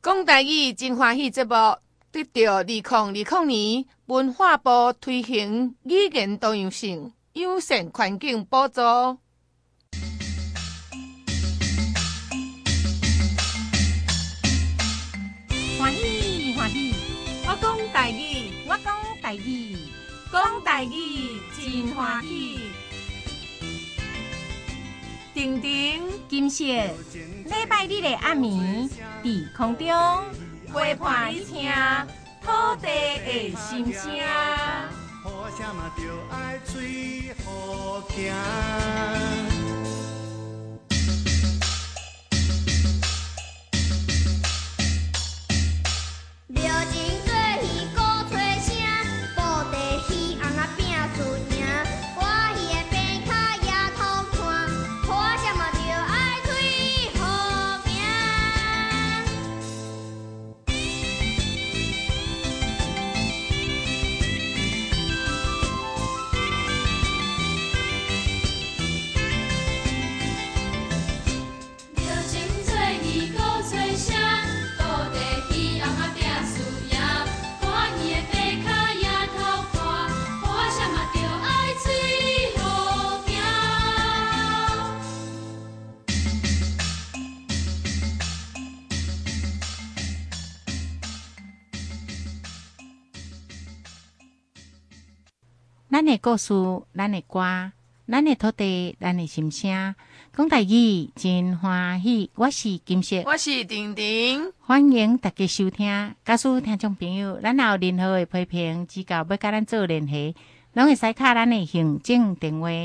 讲台语真欢喜节目，得到2020年文化部推行语言多样性优先环境补助。 欢喜欢喜， 我讲台语， 我讲台语， 讲台语真欢喜。婷婷， 今夕礼拜日的暗暝，伫空中陪伴你听土地的心声。 好什么就爱水好行。 咱的故事，咱的歌，咱的土地，咱的心声，讲台语真欢喜。我是金色， 我是婷婷， 欢迎大家收听。假使听众朋友，咱有任何的批评指教，要甲咱做联系，拢会使敲咱的行政电话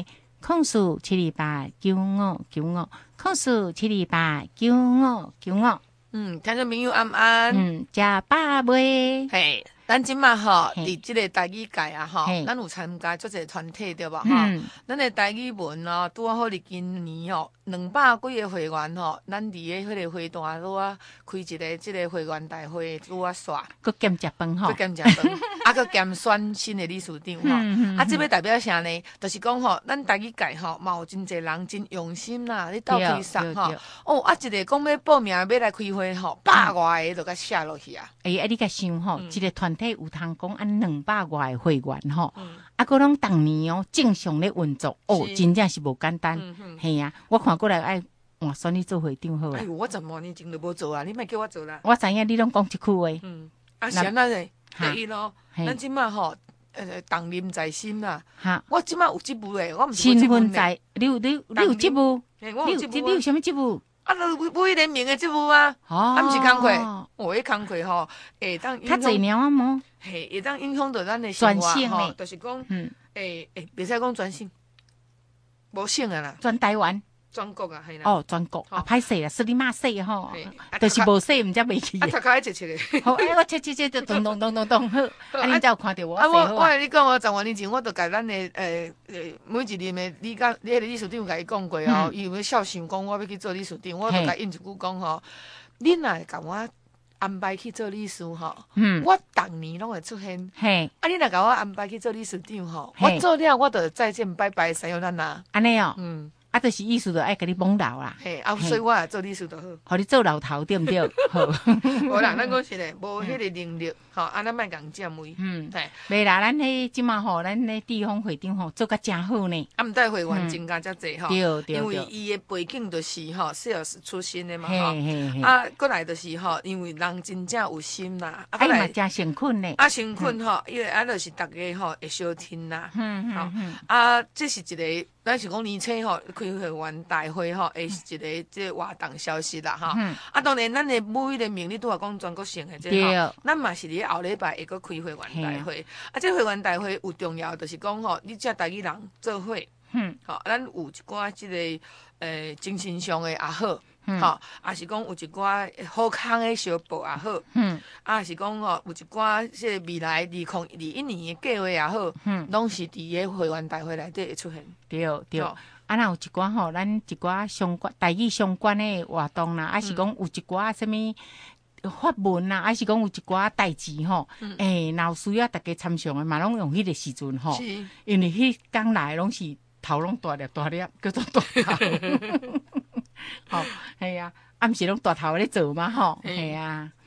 ：04-728-9595，04-728-9595。 听众朋友安安， 食饱未？ 嘿。咱即马吼，伫即个台语界啊吼，咱有参加足一个团体对吧？吼，咱的台语文哦，拄好伫今年哦，200几个会员吼，咱伫个迄个会段拄啊开一个即个会员大会拄啊煞， 佮兼食饭吼， 佮兼食饭，啊佮兼选新的理事长吼，啊即要代表啥呢？就是讲吼，咱台语界吼，嘛有真侪人真用心啦，咧斗开送吼，哦啊一个讲要报名要来开会吼，100外个就甲写落去啊。 你甲想吼，一个团体有通讲按200外个会员吼，啊，佮拢逐年哦正常咧运作，哦，真正是无简单，嘿啊，我看过来爱换选你做会长好啊。 哎呦，我10多年前就无做啊，你莫叫我做啦。 我知影你拢讲一句话， 啊，是安那嘞，第一咯，咱即马吼，党念在心啦。我即马有职务诶，我毋是身份在，你有职务， 你有啥物职务？ 啊，每联名的职务啊，啊，毋是工课，迄工课吼，会当影响， 较侪猫啊毛， 会当影响到咱的生活吼，就是讲，袂使讲专省，无省啊啦， 全台湾。 全国啊，系啦。 哦，全国啊，歹势啦，说你妈说吼，就是无说，毋则袂去。 啊，头壳爱切切的。 好，我切，就咚，好。啊，你才有看到我。 啊，我你讲10多年前，我都甲咱的每一任的你迄个理事长甲伊讲过哦，伊有要孝想讲我要去做理事长，我就甲因一句讲吼，恁若会甲我安排去做理事吼，我逐年拢会出现。啊，你若甲我安排去做理事长吼，我做了我就再见拜拜，三有咱呐。 安尼哦。啊，就是意思就爱甲你懵老啦。 嘿，啊，所以我也做理事就好。 互你做老头对毋对？好。 无啦，咱讲是咧，无迄个能力，吼，啊，咱莫共占位。 嘿，袂啦，咱迄即马吼，咱迄地方会长吼做甲真好呢。 啊，毋但会员增加遮济吼。 对。 因为伊的背景就是吼，sales 出身的嘛吼。啊，过来就是吼，因为人真正有心啦。 啊，伊嘛真诚恳呢。 啊，诚恳吼，因为啊，就是逐个吼会相听啦。好，啊，这是一个。咱是讲年初吼开会员大会吼，会是一个即个活动消息啦吼。啊，当然咱的每一个名你拄也讲全国性的即吼，咱嘛是伫后礼拜会搁开会员大会。啊，这会员大会有重要，就是讲吼，你遮台语人做伙，吼，咱有一寡即个精神上的也好。吼，也是讲有一寡好康的小报也好，啊是讲吼有一寡即个未来2021年的计划也好，拢是伫个会员大会内底会出现。 对，啊，若有一寡吼，咱一寡相关台语相关的活动啦，啊是讲有一寡什物法文啦，啊是讲有一寡代志吼，若有需要大家参详的嘛，拢用迄个时阵吼，因为迄刚来拢是头拢大粒，叫做大头。吼，系啊，毋是拢大头咧做嘛吼，系啊。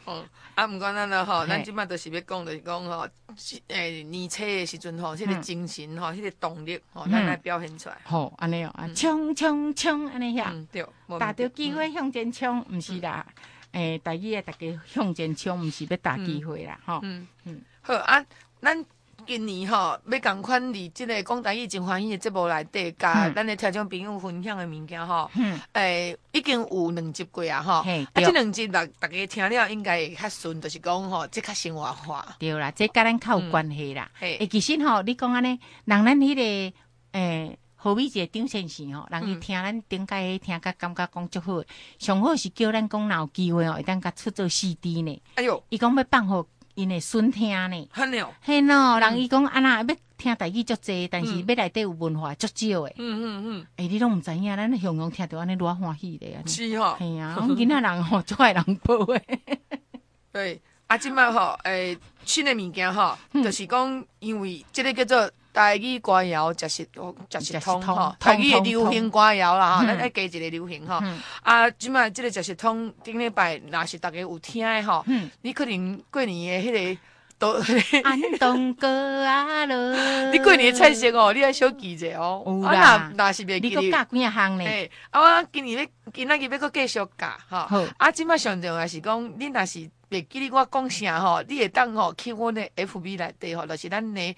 毋管咱啦吼，咱即摆都是要讲，就是讲吼，年初的时阵吼，迄个精神吼，迄个动力吼，咱来表现出来。 好，安尼哦，冲冲冲，安尼遐， 对， 打着机会向前冲，毋是啦。台语大家向前冲，毋是要打机会啦，吼。 好啊，咱今年吼要共款伫即个讲台语真欢喜的节目内底，甲咱的听众朋友分享的物件吼，已经有2集过啊吼，即2集大家听了应该会较顺，就是讲吼，即较生活化。 对啦，这甲咱较有关系啦。其实吼，你讲安尼，人咱迄个何美姐张先生吼，人伊听咱顶届听甲感觉讲足好，上好是叫咱讲若有机会哦，会当甲出做 CD 呢。 哎呦， 伊讲要放互因的孙听呢。嘿喏，人伊讲安那要听台语足济，但是要内底有文化足少诶。你拢毋知影，咱雄雄听着安尼偌欢喜咧。 是吼。 嘿啊，阮囡仔人吼足爱人报诶。 对，即摆吼，新的物件吼，就是讲，因为即个叫做台语歌谣食实通吼，台语的流行歌谣啦吼，咱爱加一个流行吼。即摆即个食实通，顶礼拜若是大家有听的吼，你可能过年的迄个都安东哥啊咯， 你过年的菜色哦，你爱小记者哦。 有啦， 若是袂记你搁教几啊项呢？ 我今仔日要搁继续教吼。即摆上重要是讲，你若是袂记哩我讲啥吼，你会当吼去阮的 FB 内底吼，就是咱的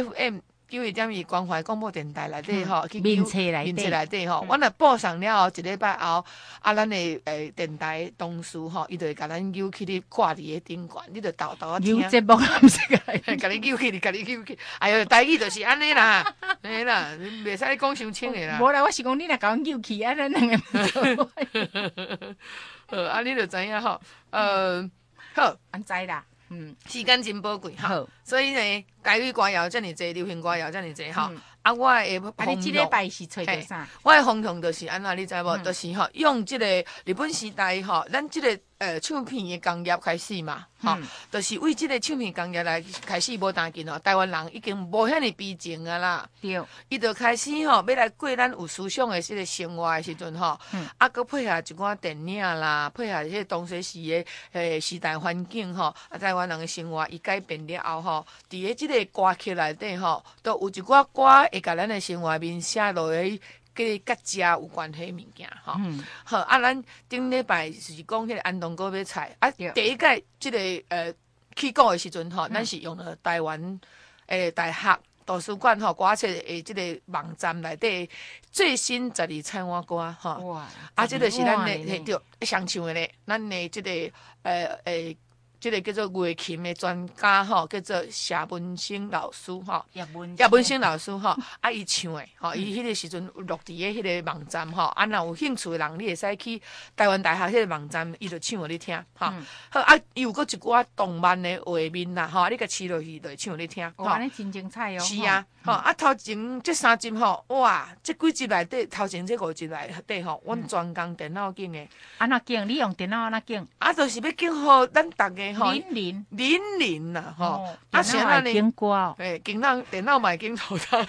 FM。9.1关怀广播电台内底吼，去面册内底吼，我若报上了后，一礼拜后，咱的电台同事吼，伊就会甲咱揪起你挂伫个顶悬，你就豆啊听。 揪节目毋是个， 甲你揪起，甲你揪起。哎呦，台语就是安尼啦，嘿啦，袂使讲伤清的啦。 无啦，我是讲你若甲阮揪起，咱两个。 你就知影吼，好， 安知啦。 时间真宝贵哈，所以呢，台语歌谣遮尔济，流行歌谣遮尔济吼。我的方向， 你即礼拜是找着啥？ 我的方向就是安怎，你知无？就是吼，用即个日本时代吼，咱即个唱片的工业开始嘛，吼，就是为即个唱片工业来开始无当紧吼。台湾人已经无遐尼悲情啊啦， 对， 伊就开始吼，要来过咱有思想的即个生活的时阵吼，搁配合一寡电影啦，配合迄个当时时的时代环境吼，台湾人的生活伊改变了后吼，伫个即个歌曲内底吼，都有一寡歌。会甲咱的生活面写落去，甲食有关系物件吼。好咱顶礼拜是讲迄个安东哥买菜第一届即个起稿的时阵吼，咱是用了台湾大学图书馆吼歌册的即个网站内底最新12菜碗歌吼。即个是咱的对上唱的咧，咱的即个即个叫做乐琴的专家吼，叫做谢文生老师吼，叶文生老师吼，伊唱的吼，伊迄个时阵录伫个迄个网站吼，若有兴趣的人，你会使去台湾大学迄个网站，伊就唱互你听吼。好伊有搁一寡动漫的画面啦吼，你甲试落去就会唱互你听。 安尼真精彩哦。 是啊，头前这3集吼，哇，这几集内底头前这5集内底吼，阮专攻电脑镜的。 安怎镜？你用电脑安怎镜？ 就是要镜互咱大家吼。 零啦吼， 电脑会经过哦， 电脑嘛会经头汤，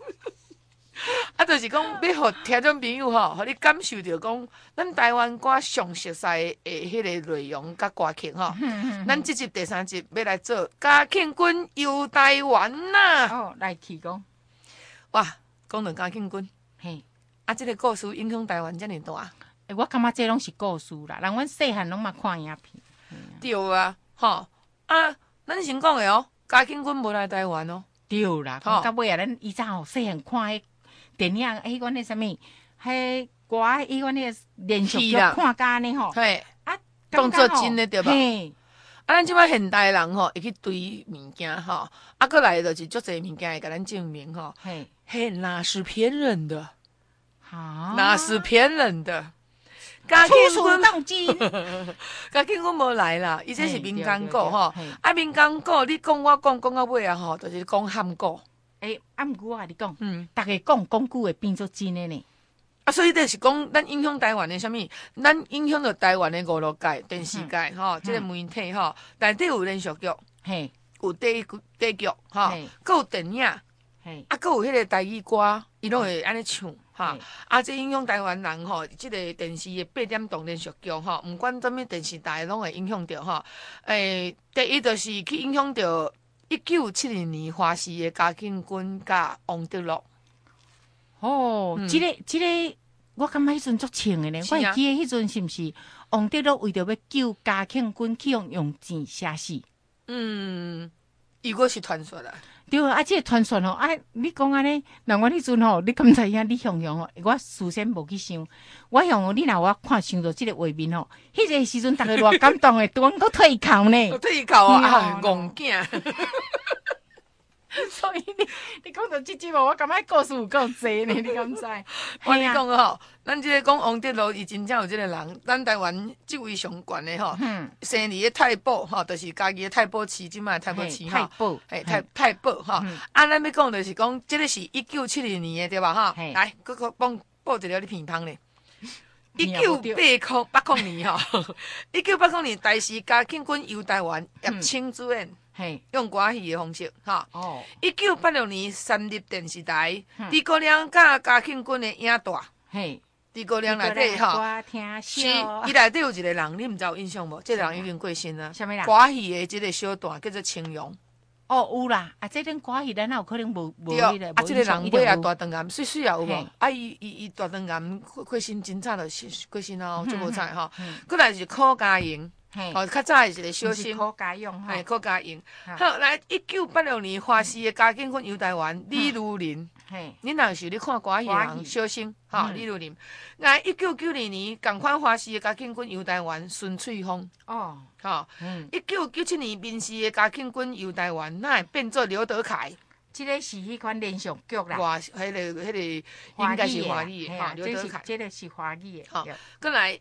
就是讲要互听众朋友吼，互你感受到讲，咱台湾歌上熟悉的迄个内容甲歌曲吼，咱这集第3集要来做嘉庆君游台湾呐。 哦，来去讲， 哇，讲到嘉庆君， 嘿， 这个故事影响台湾遮尔大。 我感觉这拢是故事啦，人阮细汉拢嘛看影片。 对啊。吼咱先讲的哦，嘉庆君无来台湾哦。 对啦，到尾啊，咱以前吼细汉看迄电影，迄款迄啥物，迄歌，迄款迄连续剧看甲呢吼。 嘿，当作真的对吧？ 嘿， 咱即摆现代人吼，会去堆物件吼，过来就是足侪物件会甲咱证明吼。嘿，那是骗人的，那是骗人的。 出处当真， 嘉庆君无来啦，伊这是民间故吼。民间故你讲我讲到尾啊吼，就是讲喊故。 毋过我甲你讲，逐个讲久会变做真的呢。 所以就是讲，咱影响台湾的啥物？咱影响到台湾的娱乐界、电视界吼，即个媒体吼，内底有连续剧，有短剧吼，搁有电影，搁有迄个台语歌，伊拢会安尼唱。 哈，这影响台湾人吼，即个电视的8点档连续剧吼，毋管什么电视台拢会影响到吼。第一就是去影响到1970年华视的嘉庆君甲王德禄。 哦，即个，我感觉迄阵足清的呢。我会记得迄阵是毋是王德禄为着要救嘉庆君去用钱写死？ 如果是传说啦。 对啊，即个传说吼，你讲安尼，那我迄阵吼，你敢知影？你想吼，我事先无去想，我想你若我看想到即个画面吼，迄个时阵逐个偌感动诶，拄阮搁退休呢， 退休啊，戆囝。 所以你讲到即无，我感觉故事有够济呢，你敢知？ 我跟你讲吼，咱即个讲王德禄，伊真正有即个人，咱台湾即位上悬的吼，生伫咧太保吼，就是家己的太保市，即卖太保市吼，太保吼。咱要讲就是讲，即个是1970年的对吧哈？来，佮报一个你片汤咧。1980年吼，1980年大使嘉庆君游台湾，叶青主演。用歌戏的方式，哈。1986年三立电视台，诸葛亮甲嘉庆君的影大。诸葛亮内底吼，是伊内底有一个人，你毋知有印象无？这个人已经过身了。 啥物人？ 歌戏的即个小段叫做青阳。 有啦，这阵歌戏咱有可能无迄个。 这个人尾也大肠癌，水也有无？伊大肠癌过身真早就是过身咯，足无彩吼。过来是柯佳莹。较早的一个小生， 柯佳用， 柯佳莹。好，来1986年华视的嘉庆君游台湾，李如林。恁若是咧看歌戏人小生，李如林。来1990年共款华视的嘉庆君游台湾，孙翠芳。1997年民视的嘉庆君游台湾，那会变做刘德凯。 这个是迄款连续剧啦， 迄个应该是华语的，刘德凯。 这个是华语的。 过来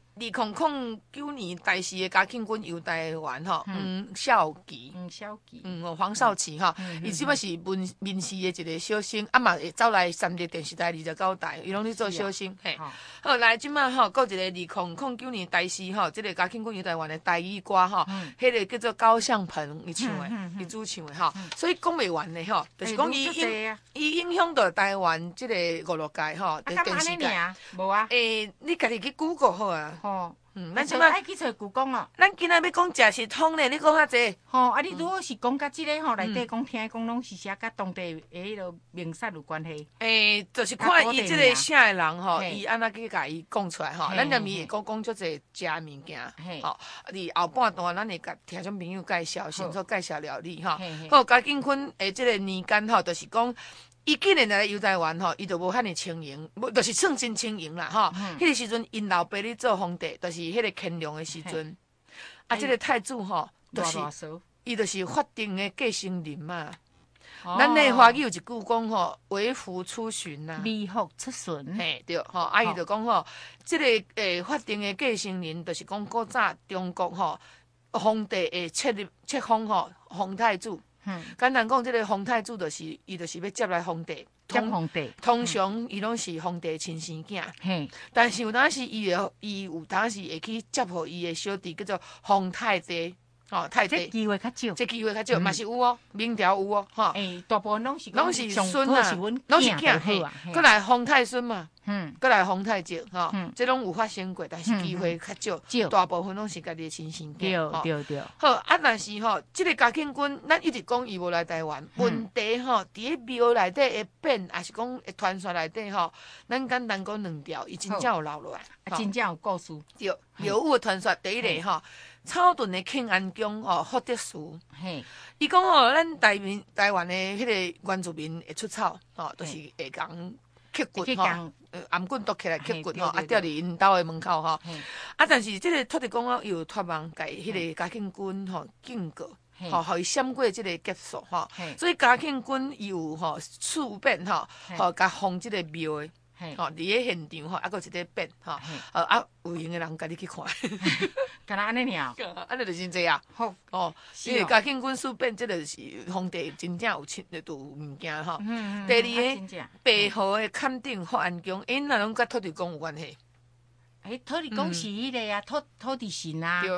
2009年大视的嘉庆君游台湾孝琪，黄少祺伊即摆是民视的一个小生，嘛会走来三立电视台29台，伊拢咧做小生。好来，即摆搁一个2009年大视即个嘉庆君游台湾的台语歌迄个叫做高向鹏伊唱的，伊主唱的所以讲袂完的就是讲。伊影响到台湾即个娱乐界电视界。 无啊？ 你家己去 Google 好啊。 咱即摆爱去找Google哦。 咱今仔要讲食食通咧，你讲较济。 你如果是讲甲即个内底讲听讲拢是写甲当地的迄个名产有关系。 就是看伊即个写的人伊安怎去甲伊讲出来咱就咪会讲足济食物件。伫后半段咱会甲听众朋友介绍，先做介绍料理好，嘉庆君即个年间就是讲。伊既然来游台湾伊就无遐尼清闲，就是算真清闲啦迄个时阵，因老爸咧做皇帝，就是迄个乾隆的时阵。即个太子就是伊就是法定的继承人嘛。咱的华语有一句讲微服出巡呐， 微服出巡。 对伊就讲即个法定的继承人，就是讲古早中国皇帝的册封皇太子。简单讲，即个皇太子就是伊，就是要接来皇帝。通常伊拢是皇帝亲生囝。但是有当时伊有当时会去接互伊的小弟，叫做皇太弟。太弟。 这机会较少。 这机会较少，嘛是有明朝有大部分拢是孙啊，拢是囝。过来皇太孙嘛。过来皇太极这拢有发生过，但是机会较少，大部分拢是家己的亲生囝。 对。 好但是即个嘉庆君，咱一直讲伊无来台湾，问题伫咧庙内底的变，还是讲的传说内底咱简单讲两条，伊真正有留落来， 真正有故事。 对，有的传说第一个草屯的庆安宫福德祠，伊讲咱台湾的迄个原住民会出草就是会讲刻骨颔棍剁起来刻骨吊伫因兜的门口但是即个托地公又托梦甲迄个嘉庆君敬过，互伊闪过即个劫数所以嘉庆君有厝变甲封即个庙的。伫咧现场还佫一个变有闲的人家己去看。 敢若安尼尔， 安尼就真济啊。因为嘉庆君厝变，即个是皇帝真正有物件第二个白河的坎顶福安宫，因若拢甲土地公有关系。 土地公是迄个土地神啊。 对。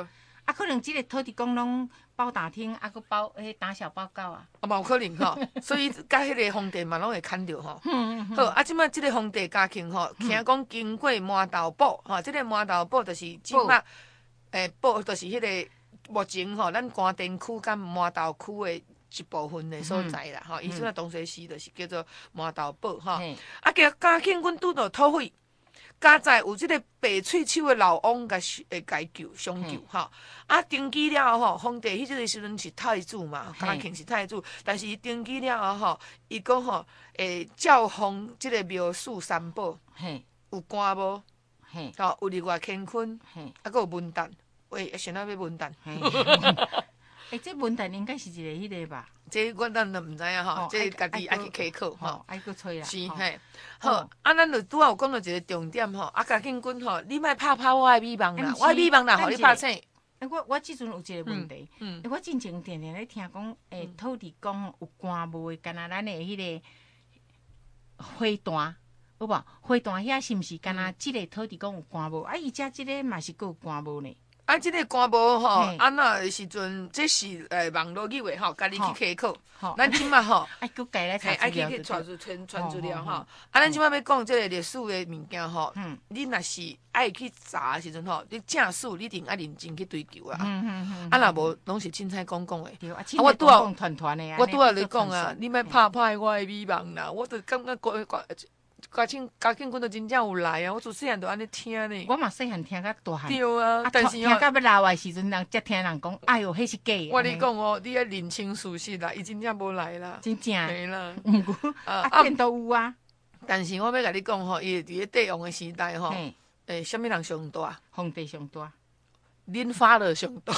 啊，可能即个土地公拢包大厅，啊，佮包打小报告啊。 嘛有可能吼，所以甲迄个皇帝嘛拢会牵着吼。好，啊，即摆即个皇帝家庆吼，听讲经过麻豆堡吼，即个麻豆堡就是即摆堡就是迄个目前吼，咱关田区甲麻豆区的一部分的所在啦吼。伊即摆当时时就是叫做麻豆堡吼。啊，家庆阮拄到土匪。加在有即个白喙手的老翁甲救相救吼，啊登基了吼，皇帝迄个时阵是太子嘛，嘉庆是太子，但是伊登基了吼，伊讲吼，教皇即个庙祀三宝，有官无？吼，有另外乾坤，啊，佮有文旦，喂，想到要文旦。 这文旦应该是一个迄个吧？ 这我咱都毋知影吼，这家己爱去考考吼， 爱去吹啦。 是嘿，好，啊，咱就拄仔有讲到一个重点吼，啊，嘉庆君吼，你莫拍我的美梦啦，我的美梦啦，互你拍醒。 我即阵有一个问题，我之前定定咧听讲，土地公有官无的，敢若咱的迄个花旦，有无？花旦遐是毋是敢若即个土地公有官无？啊，伊遮即个嘛是佫有官无呢？ 啊，即个官无吼，安那时阵，这是网络语话吼，家己去考考。咱即马吼， 爱去改来查资料，爱去传资料吼。啊，咱即马要讲即个历史的物件吼，你若是爱去查的时阵吼，你正史你一定爱认真去追求啊。啊，若无拢是凊彩讲讲的。 啊，我拄啊团的啊。 我拄啊咧讲啊，你莫拍我的美梦啦，我都感觉嘉庆君都真正有来啊！我自细汉都安尼听呢。 我嘛细汉听甲大汉。 对啊，但是听到要老的时阵，人才听人讲，哎哟，迄是假的。 我你讲哦，你要认清事实啦，伊真正无来啦。 真正。 没啦。 毋过电都有啊。 但是我要甲你讲吼，伊伫咧帝王的时代吼，什么人上大？ 皇帝上大。 恁发了上大。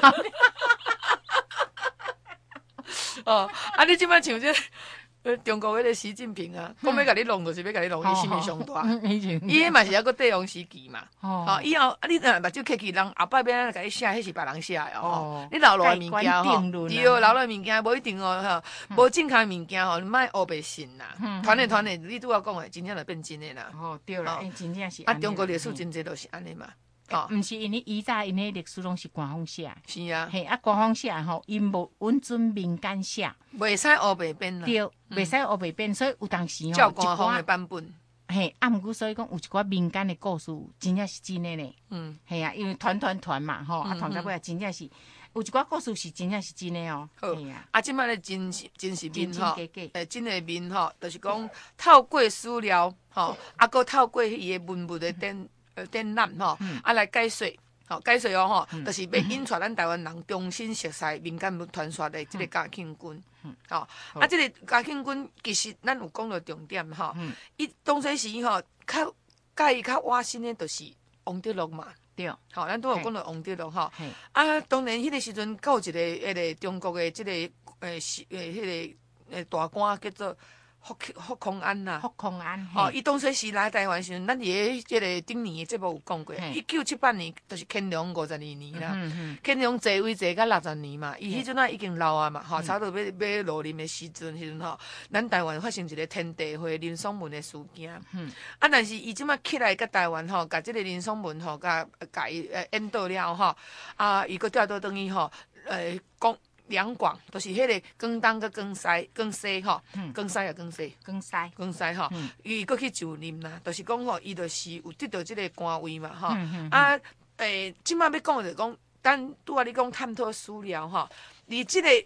哦，啊！你即摆像这。中国迄个习近平啊，讲要甲你弄，就是要甲你弄，伊是毋是上大？伊迄嘛是抑个帝王时期嘛。哦，以后啊，你若目睭客气，人后摆要安甲你写，迄是别人写的哦。你留落的物件吼，对，留落的物件无一定哦，吼，无正确物件吼，你莫乌白信啦。传的，你拄仔讲的，真正就变真的啦。 哦，对啦，真正是。 啊，中国历史真济都是安尼嘛。 毋是因为以早因迄历史拢是官方写， 是啊， 嘿啊官方写吼，因无允准民间写， 袂使黑白编啦， 对，袂使黑白编，所以有当时吼， 照官方的版本， 嘿，啊，毋过所以讲有一寡民间的故事，真正是真的呢，嘿啊，因为团嘛，吼，啊团到尾真正是有一寡故事是真正是真的哦， 嘿啊，即摆咧真实面吼，真的面吼，就是讲透过史料吼，啊，搁透过伊的文物的展览吼，啊来解说，解说哦吼，就是要引出咱台湾人重新熟悉民间传说的即个嘉庆君，啊，即个嘉庆君其实咱有讲到重点吼，伊当时时吼，甲伊较挖心的，就是王德禄嘛， 对， 咱都有讲到王德禄吼，啊，当然迄个时阵，有一个迄个中国的即个迄个大官叫做。福康安呐， 福康安， 伊当时时来台湾时，咱伫个即个顶年的节目有讲过，1978年就是乾隆52年啦。乾隆坐位坐到60年嘛，伊迄阵啊已经老啊嘛，差不多要落任的时阵吼，咱台湾发生一个天地会林爽文的事件。啊，但是伊即摆起来甲台湾吼，甲即个林爽文吼，甲伊引导了吼，啊，伊佫调倒等于吼，讲。两广都是迄个广东甲广西吼，广西吼，伊佫去就任啦，就是讲吼，伊就是有得到即个官位嘛吼。啊，即摆要讲就是讲，咱拄仔你讲探讨史料吼，伫即个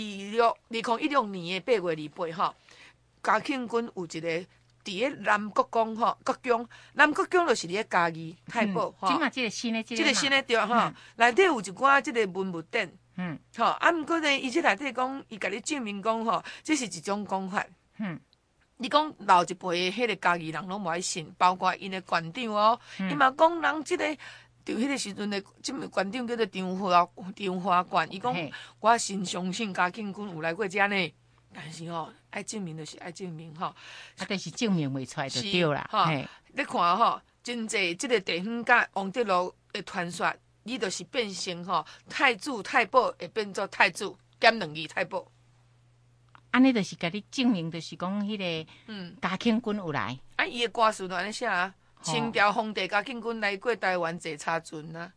2016年的8月28吼，嘉庆君有一个伫咧南国宫吼，南国宫就是咧嘉义太保吼。 即嘛即个新的对吼，内底有一寡即个文物展。吼，啊，毋过呢，伊即内底讲，伊甲你证明讲吼，这是一种讲法。你讲老一辈的迄个家己人拢无爱信，包括因的馆长哦，伊嘛讲人即个就迄个时阵的，即个馆长叫做张华馆，伊讲我真相信嘉庆君有来过遮呢，但是吼爱证明就是爱证明吼， 啊，但是证明袂出来就对啦。 嘿，你看吼，真济即个地方甲王德禄的传说。伊就是变成吼太子太保会变做太子减2字太保， 安尼就是甲你证明，就是讲迄个嘉庆君有来。 啊，伊的歌词就安尼写啊，清朝皇帝嘉庆君来过台湾坐车船啊。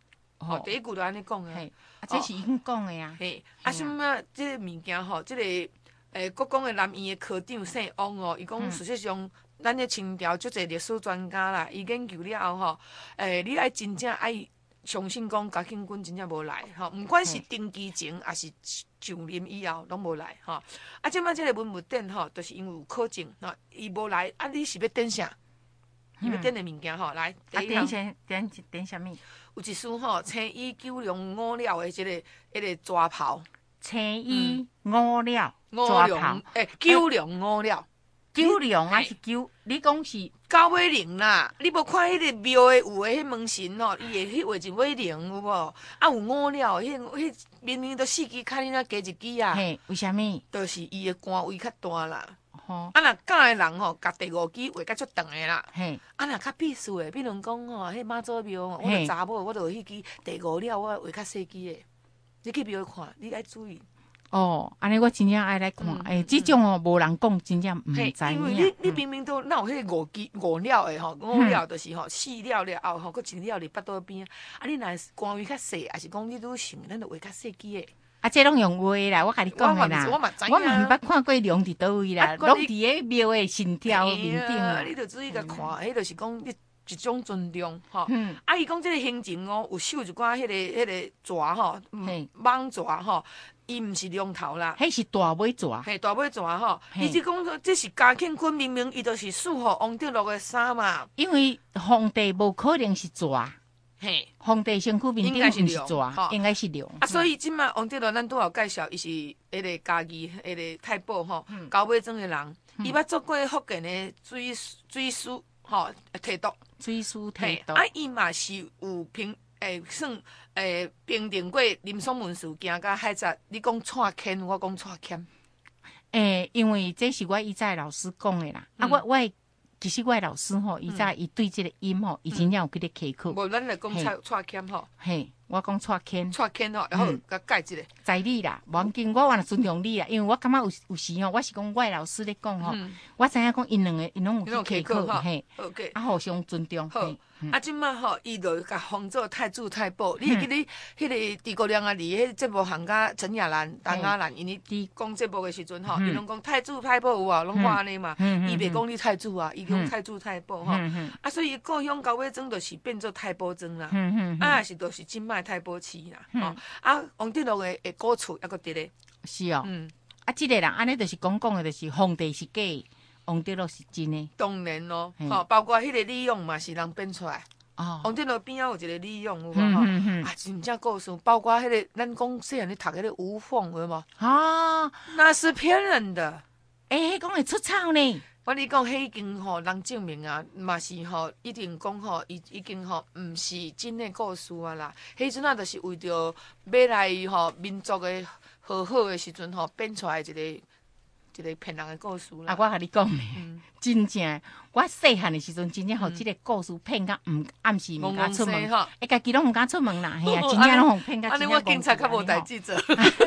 第一句就安尼讲啊。 这是已经讲的啊。 嘿，什么这个物件吼，这个国公的南院的科长姓王哦，伊讲事实上，咱的清朝足侪历史专家啦，伊研究了后吼，你爱真正爱相信讲嘉庆君真正无来吼，毋管是登基前还是上任以后拢无来吼。即摆这个文物展吼，就是因为有考证吼，伊无来，你是要展啥？伊要展的物件吼，来第一项展啥物？ 有一束吼，青衣九龙五料的迄个抓袍。 青衣五料抓袍， 九龙五料。 九龙还是九？你讲是九尾龙啦！你无看迄个庙的有诶迄门神吼，伊会迄画一尾龙有无？有五料，迄明明都四支脚，你哪加一支啊？ 嘿，为虾米？ 就是伊的官位较大啦。若教的人吼，甲第五支画甲足长的啦。嘿，若较必须的，比如讲吼，迄妈祖庙，我著查某，我著有迄支第五料，我画较细支的。你去庙看，你爱注意。 安尼我真正爱来看，这种哦，无人讲，真正毋知影。 因为你明明都哪有迄个五料的吼，五料就是吼四料了后吼，佫一料伫腹肚边你若官位较细，还是讲你愈想，咱著画较细支的。 这拢用画啦，我甲你讲的啦。我嘛毋捌看过龙伫倒位啦，拢伫迄庙的神雕面顶啊。 你著注意甲看，迄著是讲你一种尊重吼。伊讲即个行程哦，有绣一寡迄个蛇吼，蟒蛇吼。伊毋是龙头啦， 迄是大尾蛇。 嘿，大尾蛇吼，伊是讲说这是嘉庆君明明伊就是束互王德禄的衫嘛。 因为皇帝无可能是蛇，嘿，皇帝身躯面顶毋是蛇，应该是龙。 所以即摆王德禄咱拄有介绍，伊是迄个嘉义迄个太保吼，高尾庄的人，伊捌做过福建的水师吼提督， 水师提督。 伊嘛是有算平定过林爽文事件甲海贼，你讲蔡牵，我讲蔡牵。 因为这是我以前老师讲的啦。我其实我老师吼，以前伊对这个音吼，以前有去咧开课。 无，咱来讲蔡牵吼。 嘿，我讲蔡牵。 蔡牵吼，然后甲改一个。 在你啦，无要紧，我原尊重你啦，因为我感觉有时吼，我是讲我老师咧讲吼，我知影讲因两个因拢有去开课嘿，互相尊重。 即摆吼，伊就甲封做太子太保。你会记你迄个诸葛亮啊，伫迄节目行甲陈亚兰、陈亚兰，因伫讲节目的时阵吼，伊拢讲太子太保有无？拢看安尼嘛。伊袂讲你太子啊，伊讲太子太保吼。所以故乡高尾庄就是变做太保庄啦。是就是即摆太保市啦。王德禄的古厝抑阁伫咧。 是哦。即个人安尼就是讲的，就是皇帝是假的。王德禄是真的， 当然咯，包括迄个李勇嘛是人编出来。王德禄边仔有一个李勇，有无？真正故事，包括迄个咱讲细汉咧读迄个吴凤，有无？那是骗人的。 迄讲会出草呢。 我你讲，迄已经吼人证明啊，嘛是吼一定讲吼，已经吼毋是真的故事啊啦。迄阵啊，就是为着要来吼民族的和好的时阵吼编出来一个骗人的故事啦。 我甲你讲真正，我细汉的时阵，真正互即个故事骗甲暗时毋敢出门，家己拢毋敢出门啦，嘿啊，真正拢互骗甲真正。 安尼我警察较无代志做。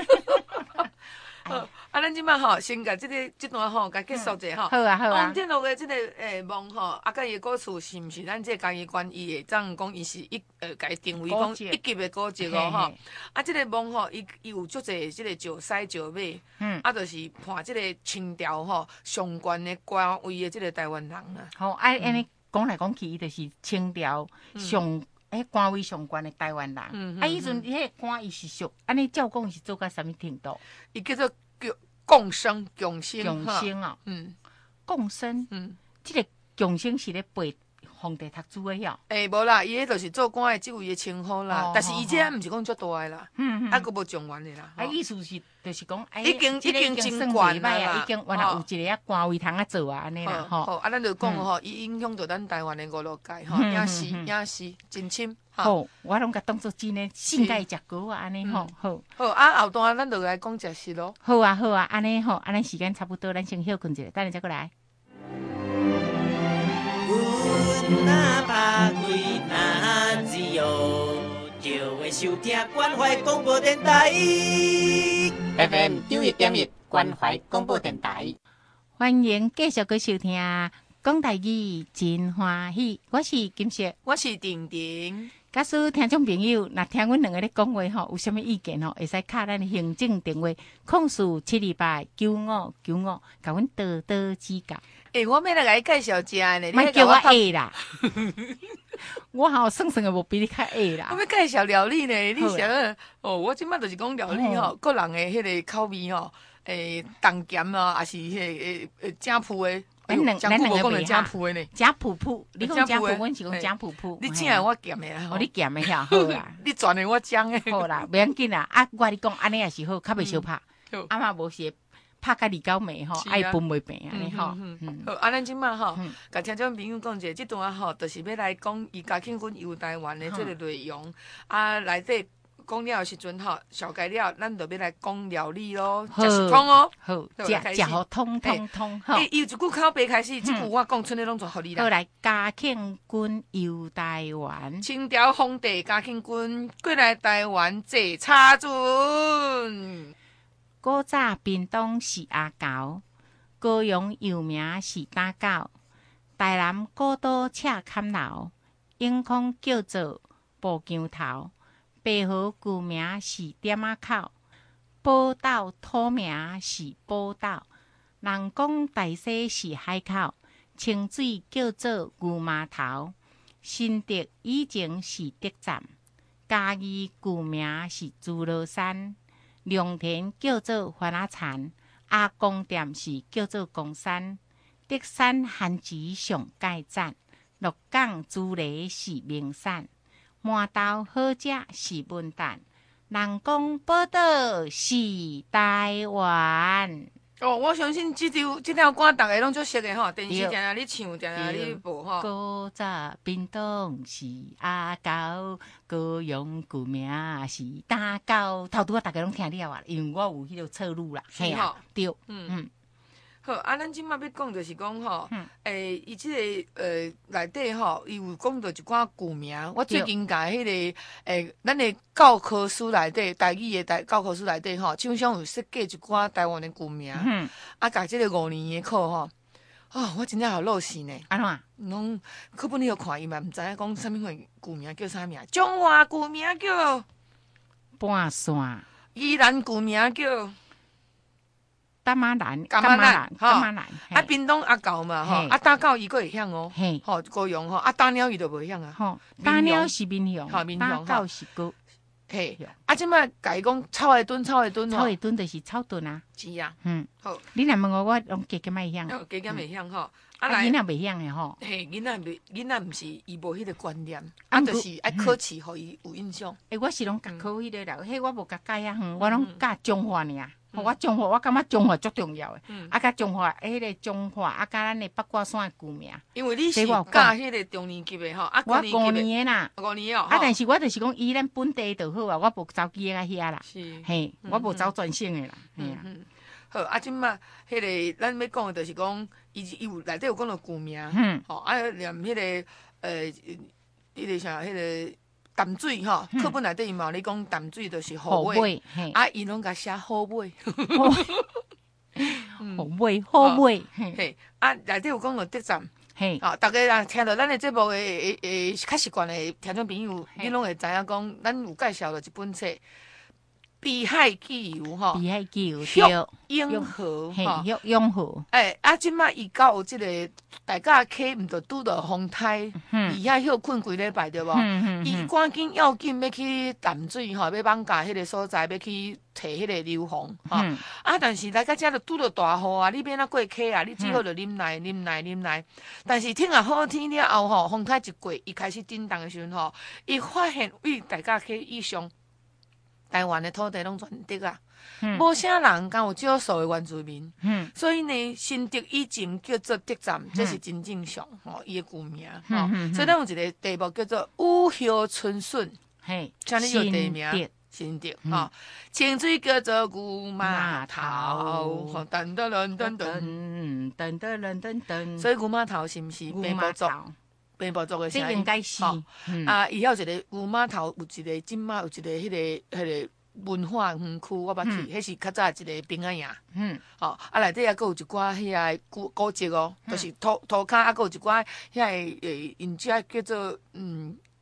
咱即摆吼，先甲即段吼，甲结束者吼。 好啊，好啊。 王德禄的即个梦吼，甲伊的故事是毋是咱即个嘉义县伊会当讲伊是甲伊定位讲一级的古迹哦吼。即个梦吼，伊有足侪即个石狮石马，就是判即个清朝吼上悬的官位的即个台湾人啦。 好，安尼讲来讲去，伊就是清朝上官位上悬的台湾人。迄阵迄官伊是属安尼照讲是做到啥物程度？ 伊叫做共生共生啊，共生，即个共生是咧背皇帝读书的哟。 无啦，伊迄就是做官的即位的称呼啦，但是伊这毋是讲足大的啦，佫无状元的啦。 意思是就是讲， 已经真悬啦， 已经原来有一个官位通做啊，安尼啦吼。 咱就讲吼，伊影响到咱台湾的娱乐界吼，也是真深。 好，我拢甲当作真诶，性介食糕啊，安尼吼，好。 好，后段咱就来讲食食咯。 好啊，好啊，安尼吼，安尼时间差不多，咱先休困一下，等下再过来。 阮若拍开那自由，就会收听关怀广播电台 FM 91.1关怀广播电台。 欢迎继续去收听讲台语真欢喜，我是金雪， 我是婷婷。 假使听众朋友，若听阮两个咧讲话吼，有啥物意见吼，会使敲咱行政电话，04729595，甲阮多多指教。 我要来甲你介绍食呢，你莫叫我下啦，我算算个无比你较下啦。 我要介绍料理呢，你想我即摆就是讲料理吼，个人的迄个口味吼，重咸啊，还是迄个正铺的。 咱两个讲正铺的呢， 正普普，你讲正普，阮是讲正普普。 你正的我咸的啦， 你咸的遐好啦， 你转的我浆的。 好啦，袂要紧啦。我你讲安尼也是好，较袂相拍。嘛无是拍甲2-9暝吼，爱分袂平安尼吼。 好，咱即摆吼，甲听众朋友讲者，即段吼，就是要来讲伊嘉庆君游台湾的即个内容内底。讲了的时阵吼，小改了，咱就要来讲料理咯，食是通哦。 好，食好通。 好，伊有一句口碑开始，即句我讲出来拢就互你啦。 好来，嘉庆君游台湾， 清朝皇帝嘉庆君过来台湾坐车船。 古早屏东是阿猴，高雄有名是打狗，台南古都赤坎楼，永康叫做布姜头。白河旧名是点仔口，宝岛土名是宝岛。人讲大溪是海口，清水叫做牛码头。新竹以前是竹站，嘉义旧名是猪罗山。龙田叫做番仔田，阿公店是叫做公山。竹山番薯上界赞，鹿港猪梨是名产。麻豆好食是文旦，人讲宝岛是台湾。 我相信这条歌大家拢足熟的吼，电视常常咧唱，常常咧播吼。 古早屏东是阿狗，高雄旧名是打狗。头拄大家拢听了啊，因为我有迄个侧录啦， 是吼， 对， 好，咱即摆要讲就是讲吼，伊即个内底吼，伊有讲到一寡旧名。我最近甲迄个咱的教科书内底，台语的教科书内底吼，厂商有设计一寡台湾的旧名，甲即个5年的课吼，我真正好落死呢。 安怎？ 拢课本里有看伊嘛，毋知影讲啥物款旧名叫啥名？中华旧名叫半线， 宜兰旧名叫。 干妈兰， 屏东阿狗嘛吼，打狗伊个会晓哦，吼高雄吼，打鸟伊就袂晓啊， 吼打鸟是民雄，打狗是狗， 嘿，即摆甲伊讲草会炖吼， 草会炖就是草炖啊， 是啊， 好，你若问我拢加减会晓， 加减会晓吼， 囡仔袂晓的吼， 嘿，囡仔毋是伊无迄个观念，就是爱考试，互伊有印象。 我是拢甲考迄个啦，迄我无甲教啊，我拢教中华尔。我中华，我感觉中华足重要的，甲中华迄个中华，甲咱的八卦山的旧名。 因为你是教迄个中年级的吼， 我5年的啦 ，5年哦。 但是我就是讲，以咱本地就好啊，我无走机啊遐啦， 是， 嘿，我无走专线的啦，嘿啊。 好，即摆迄个咱要讲的就是讲，伊有内底有讲到旧名，吼，连迄个迄个啥迄个。淡水吼，课本内底伊嘛咧讲淡水就是好尾，伊拢甲写好尾， 好尾， 嘿，内底有讲到竹站， 嘿， 大家若听到咱的节目的较习惯的听众朋友，你拢会知影讲，咱有介绍了一本册。碧海纪游吼， 碧海纪游对，永和吼，永和。 即摆伊到即个大家溪，毋着拄着风台，伊遐休困几礼拜对无？伊赶紧要紧要去淡水吼，要放假迄个所在，要去摕迄个硫磺吼。但是来到遮着拄着大雨啊，你免哪过溪啊？你只好着忍耐。但是天啊好天了后吼，风台一过，伊开始震动的时阵吼，伊发现为大家溪以上。台湾的土地拢全竹啊，无啥人敢有少数的原住民，所以呢，新竹以前叫做竹站，这是真正常吼，伊的旧名吼，所以咱有一个地名叫做五叶春笋， 嘿， 像你有地名新竹吼，清水叫做牛码头，噔噔噔噔噔噔噔噔噔， 所以牛码头是毋是平埔族？平埔族的声音， 这应该是伊还有一个牛码头，有一个即马有一个迄个文化园区，我捌去，迄是较早一个平安夜，内底也佫有一寡遐个古迹哦，就是涂骹，佫有一寡遐个因遮叫做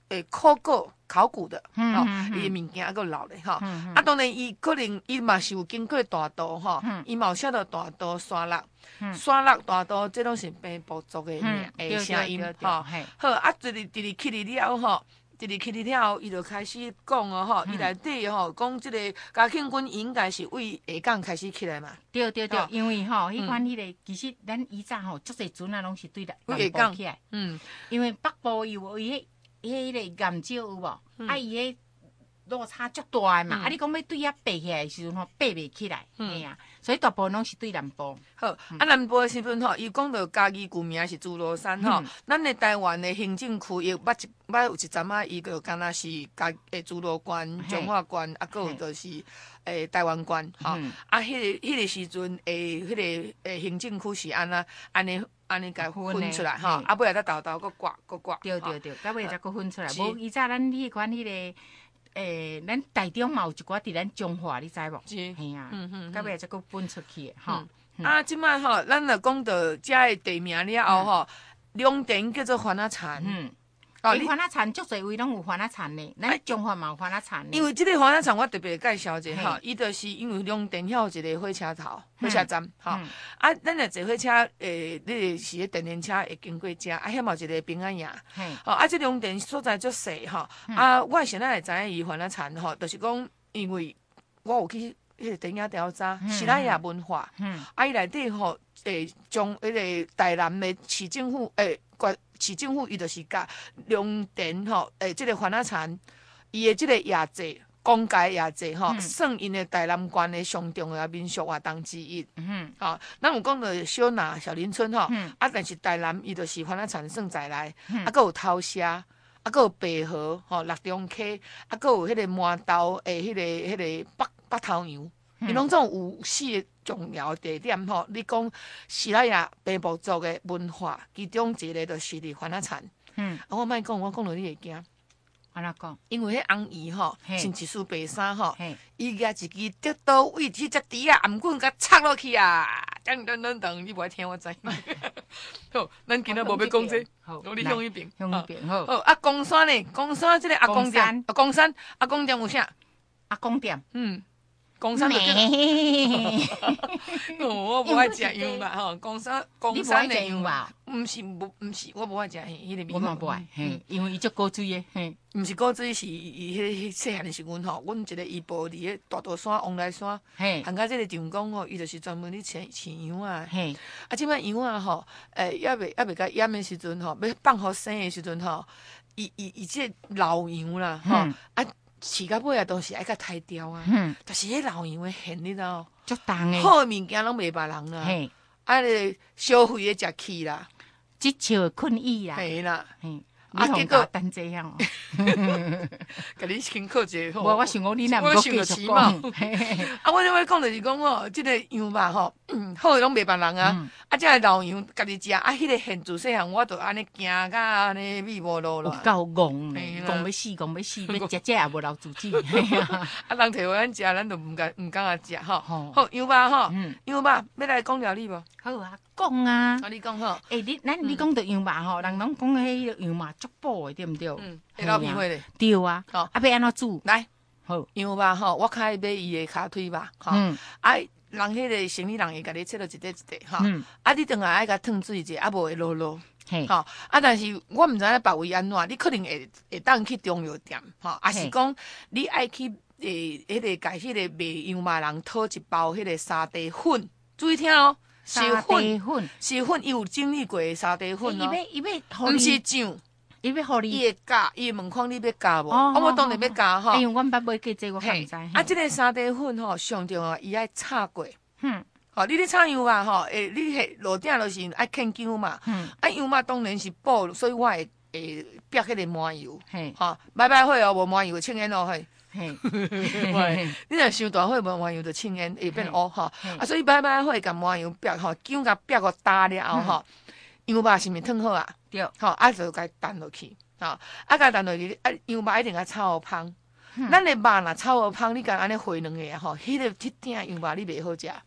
考古的，伊物件还佫留咧，当然伊可能伊嘛是有经过大刀，伊嘛有写到大刀沙粒，大刀，这拢是平埔族的声音，好，直去了后，伊就开始讲哦，伊内底讲这个嘉庆君应该是为下港开始起来嘛。 对，因为迄款迄个其实咱以前足侪船啊，拢是对南部起来。因为北部有伊迄个岩礁有无？伊迄落差足大的嘛。你讲要对遐爬起来的时阵爬袂起来，嘿啊，所以大部分拢是对南部。 好，南部的时阵伊讲到家己旧名是朱罗山咱的台湾的行政区伊捌有一阵啊，伊就敢若是朱罗关、彰化关，佫有就是台湾关，迄个时阵迄个行政区是安尼甲分出来尾仔再豆佫刮。 对，到尾才佫分出来。无以前咱迄款迄个。咱台中嘛有一寡伫咱彰化，你知无？是，嘿啊，到尾才佫分出去的即摆咱若讲到遮的地名了后龙田叫做番仔田。 伊番仔田足侪位拢有番仔田呢，咱彰化嘛有番仔田。 因为即个番仔田我特别介绍者伊就是因为龙田遐有一个火车头、火车站咱若坐火车你是咧电联车会经过遮遐嘛有一个平安夜即龙田所在足细我现在会知影伊番仔田就是讲因为我有去迄个电影调查西拉雅文化伊内底将迄个台南的市政府市政府伊就是甲龙田即个番仔田伊的即个夜祭公家夜祭算因的台南县的上重要的民俗活动之一。咱有讲到小纳小林村但是台南伊就是番仔田算在内，佫有头社，佫有白河六中溪，佫有迄个麻豆迄个北头洋。伊拢总有4个重要地点你讲西拉雅平埔族的文化，其中一个就是伫番仔田。我莫讲，我讲到你会惊。 安怎讲？ 因为迄翁姨穿一束白衫伊举一支竹刀为迄只猪啊颔棍甲插落去啊，等，你无爱听我知。好，咱今仔无要讲这，你向迄边。好，公山呢？公山即个阿公店，阿公店有啥？ 阿公店。 公山我无爱食羊肉公山的羊肉，毋是，我无爱食迄个面。 我嘛无爱，因为伊足古水的， 毋是古水，是伊迄细汉的时阮阮一个姨婆伫迄大肚山、王来山，含甲即个长工伊就是专门咧饲羊啊。即摆羊啊还袂甲淹的时阵要放互生的时阵伊即个老羊啦饲到尾都是爱甲刣掉就是迄老羊的现你知道足重的， 好的物件拢袂别人啦，咧消费的食气啦， 即笑的困意啦， 嘿啦， 结果等这样甲你辛苦一下我想讲你若毋继续讲我咧讲就是讲即个羊肉好的拢袂别人即个老羊家己食迄个现自细汉我就安尼行甲安尼米无路啦， 有够戆要死，要食也无留自己。人摕互咱食，咱就毋敢食好，羊肉羊肉要来讲料理无？ 好啊，讲啊， 你讲好。 你讲到羊肉人拢讲迄个羊肉足补的，对毋对？ 会老皮花咧。 对啊，要安怎煮？ 来， 好羊肉我较爱买伊的骹腿肉人迄个生理人会甲你切落一块你当然爱甲烫水者，无会落落。但是我毋知影别位安怎，你可能会当去中药店也是讲你爱去迄个甲迄个卖羊肉人讨一包迄个沙地粉，注意听是粉，伊有整理过的沙地粉伊要毋是酱。 伊要互你， 伊会加，伊会问看你要加无？我当然要加因为阮捌买过这我看毋知。 即个沙地粉上重要，伊爱炒过。你咧炒羊肉你迄路顶就是爱牵姜嘛。羊肉当然是补，所以我会逼迄个麻油。摆火无麻油青烟嘿。你若伤大火无麻油就青烟会变乌所以摆火甲麻油逼姜甲逼个焦了后羊肉是毋是烫好啊？ 对， 就甲伊澹落去，甲伊澹落去，羊肉一定要炒好香。咱的肉若炒好香，你甲安尼回两下迄个铁鼎羊肉你袂好食。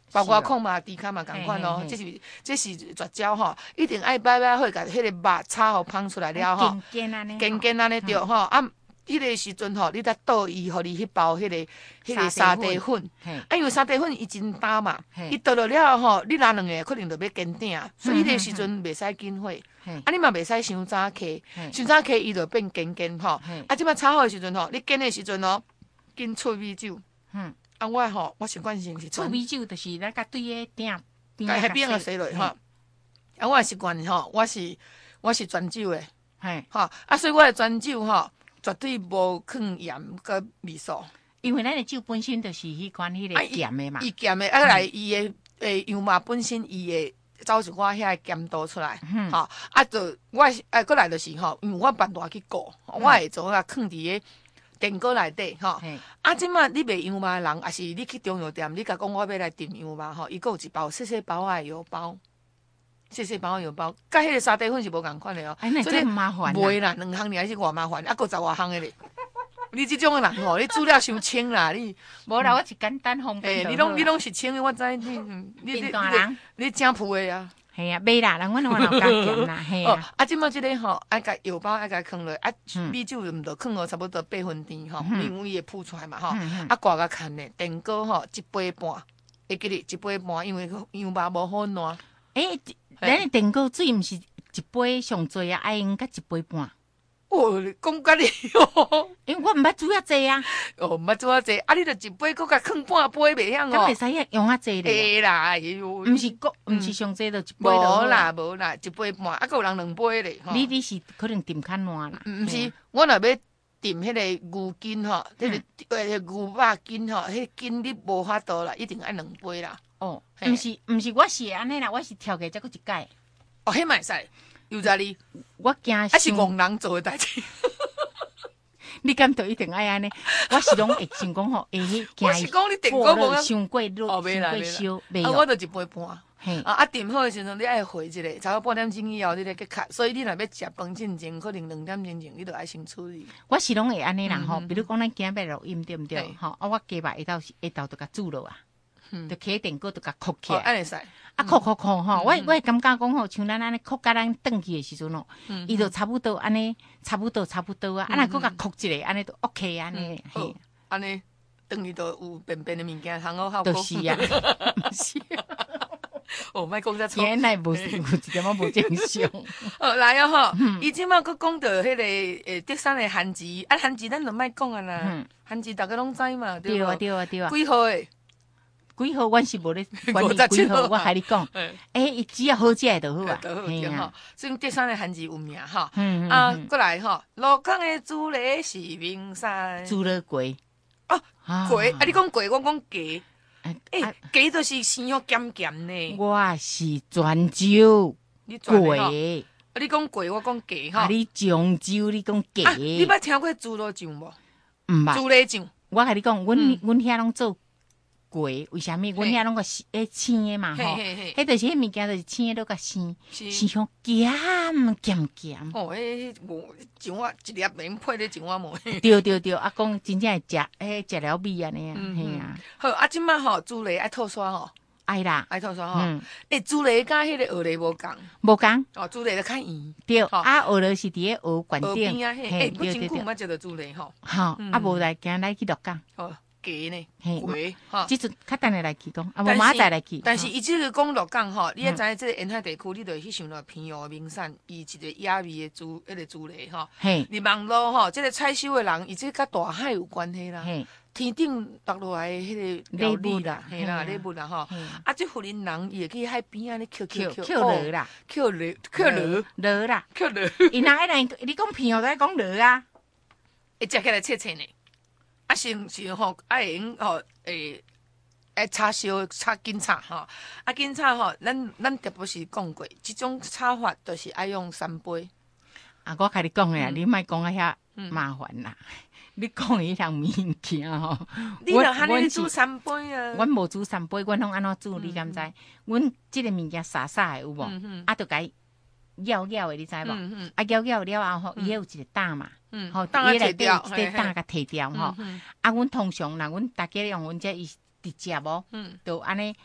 包括控嘛、低卡嘛，共款咯。这是绝招吼，一定爱摆好，甲迄个肉炒好芳出来了吼， 尖安尼， 尖安尼对吼。啊，迄个时阵吼，你再倒伊，互你迄包迄个沙地粉。啊，因为沙地粉伊真干嘛，伊倒落了吼，你拿两个可能就要煎顶，所以迄个时阵袂使紧火。啊，你嘛袂使伤早起，伤早起伊就变尖吼。啊，即摆炒好的时阵吼，你煎的时阵哦，紧出米酒。啊，我习惯性是醋米酒，就是咱甲对个顶迄边个洗落吼。啊，我习惯吼，我是全酒的，吼啊，所以我的全酒吼，绝对无放盐佮味素， 因为咱的酒本身就是迄款迄个咸的嘛， 伊咸的，啊来伊的羊肉本身伊会走一寡遐咸度出来，吼啊，就我过来就是吼，因为我办大去顾，我会做啊放伫个电锅内底吼，啊，即马你卖羊肉的人，也是你去中药店，你甲讲我要来炖羊肉吼，伊有一包细包的药包，细包的药包，甲迄个沙地粉是无共款的哦。 所以麻烦。 袂啦，2项尔是偌麻烦，啊，佮10外项的咧。你即种的人吼，你煮了伤清啦，你无啦，我是简单方便。 你拢是清的，我知你正铺的啊。 系啊，袂啦，人阮老家咸啦，系啊。 啊，即马即个吼，爱甲药包爱甲放落，啊，米酒毋着放落差不多8分甜吼，因为伊会铺出来嘛吼。啊，挂甲牵咧，电锅吼1杯半，会记哩1杯半，因为羊肉无好烂。 咱的电锅水毋是1杯上侪啊，爱用甲1杯半。 哦，讲甲你哦， 因为我毋捌煮遐济啊。 毋捌煮遐济，啊，你着1杯搁甲放半杯袂晓哦。 咁袂使用遐济咧。 会啦， 毋是上济着1杯无啦，1杯半，啊，有人2杯咧。 你是可能炖较烂啦。 毋是，我若要炖迄个牛筋吼，迄个牛肉筋吼，迄筋你无法度啦，一定爱2杯啦。 哦，毋是，我是安尼啦，我是挑过再搁一解。 哦，迄嘛会使。有在你， 我惊啊是戆人做的代志。 你敢就一定爱安尼？我是拢会想讲吼， 我是讲你电锅无伤过热，伤过烧，袂啊，我就1杯半。啊，炖好的时阵，你爱回一个，差不多半点钟以后，你来去卡。所以你若要食饭之前，可能2点钟前，你就爱先处理。 我是拢会安尼人吼，比如讲咱今日录音对毋对？吼，啊，我鸡肉下昼就甲煮落啊，就起电锅就甲烤起来。 安尼使。 啊，烤吼，我会感觉讲吼，像咱安尼烤甲咱转去的时阵哦，伊就差不多安尼，差不多啊，啊，若搁甲烤一个，安尼就 OK 安尼， 嘿，安尼等于都有便便的物件，通好效果。就是啊，是。 哦，莫讲遮错。 原来无有一点仔无正常。 哦，来啊吼，伊即马佫讲到迄个德山的番薯，啊，番薯咱就莫讲啊啦，番薯大家拢知嘛，对啊。 几号诶？ 几号？阮是无咧管你几号，我海你讲。伊只要好食的就好啊。 嘿啊，所以德山的番薯有名哈。啊，过来吼，鹿港的猪螺是名山。 猪螺粿。 哦，粿啊！你讲粿，我讲鸡。鸡就是生好咸咸呢。 我是泉州粿。 啊，你讲粿，我讲鸡哈。 你漳州，你讲鸡。 你捌听过猪肉酱无？ 毋捌。 猪螺酱。 我甲你讲，阮遐拢做。粿为虾米？阮遐拢个生的嘛吼，迄就是迄物件就是生的，都个生香咸。 哦，酱我一粒免配咧酱我无。 对，啊，讲真正会食了味安尼啊，嘿啊。 好，啊，即摆吼猪螺爱吐沙吼， 爱啦， 爱吐沙吼。猪螺甲迄个鹅螺无共， 无共。 哦，猪螺就较圆。 对，啊，鹅螺是伫个鹅管顶。 边啊，嘿，我真久毋捌食到猪螺吼。 好，啊，无来今来去鹿港。 鸡呢？ 粿哈，即阵较等下来去讲，啊，无马仔来去。 但是伊即个讲鹿港吼，你也知即个沿海地区，你就去想到偏湖名产，伊一个野味的猪，迄个猪螺吼。你网络吼，即个采收的人，伊即甲大海有关系啦。天顶落落来的迄个料理啦，嘿啦，礼物啦吼。啊，即富人人伊会去海边啊，咧捡螺啦， 捡螺啦， 捡螺。 伊若爱来，你讲偏湖，在讲螺啊， 会食起来切切呢。啊，是吼，爱用吼，炒烧炒金炒吼，啊金炒吼，咱特别是讲过，即种炒法就是爱用3杯。 啊，我甲你讲诶，你莫讲啊遐麻烦啦。你讲迄项物件吼， 你著喊你煮3杯啊。 阮无煮3杯，阮拢安怎煮？你敢知？阮即个物件沙沙诶有无？啊，著甲伊舀诶，你知无？啊，舀了后吼，伊有一个担嘛。 吼，当然摕掉， 这担甲摕掉吼。啊，阮通常若阮大家用阮这伊直接无，就安尼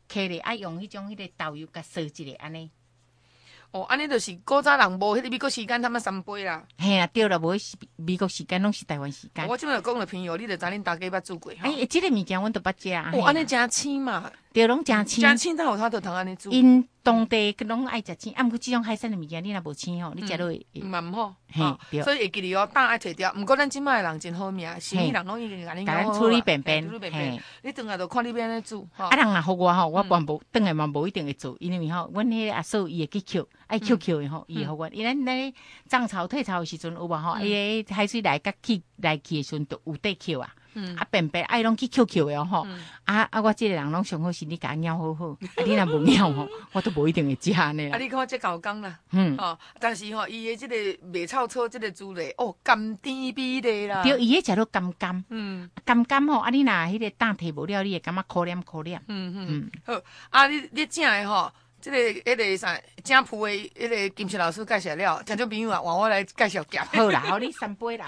摕咧爱用迄种迄个豆油甲烧一下安尼。 哦，安尼就是古早人无迄个美国时间他们3杯啦。 嘿啦，对啦，无美国时间拢是台湾时间。 我即摆讲了朋友，你就知恁大家捌煮过。 即个物件阮都捌食。 哦，安尼真鲜嘛， 对，拢真鲜。 真鲜，他就通安尼煮。 因当地拢爱食鲜，毋过即种海鲜的物件，你若无鲜吼，你食落会嘛毋好。 嘿， 所以会记哩哦，胆爱摕掉。毋过咱即摆人真好命，生意人拢已经甲恁甲咱处理便便。 你转来就看你要安尼煮。 啊，人若互我吼，我全部转来嘛无一定会做，因为吼，阮迄个阿嫂伊会去捡，爱捡的吼，伊会互我。因咱咧涨潮退潮的时阵有无吼？伊个海水来甲去来去的时阵都有得捡啊。啊，便便爱拢去捡的哦吼。我即个人拢上好是你甲咬好好，你若无咬吼，我都无一定会食呢。 你看这搞工啦，但是吼，伊的即个麦草炒即个猪类，甘甜美丽啦。 对，伊迄食到甘甘，甘吼，你若迄个胆摕无了，你会感觉可怜可怜。 好，你正的吼。即个迄个啥正铺的迄个金石老师介绍了，听众朋友啊，换我来介绍夹。 好啦，好你3杯啦。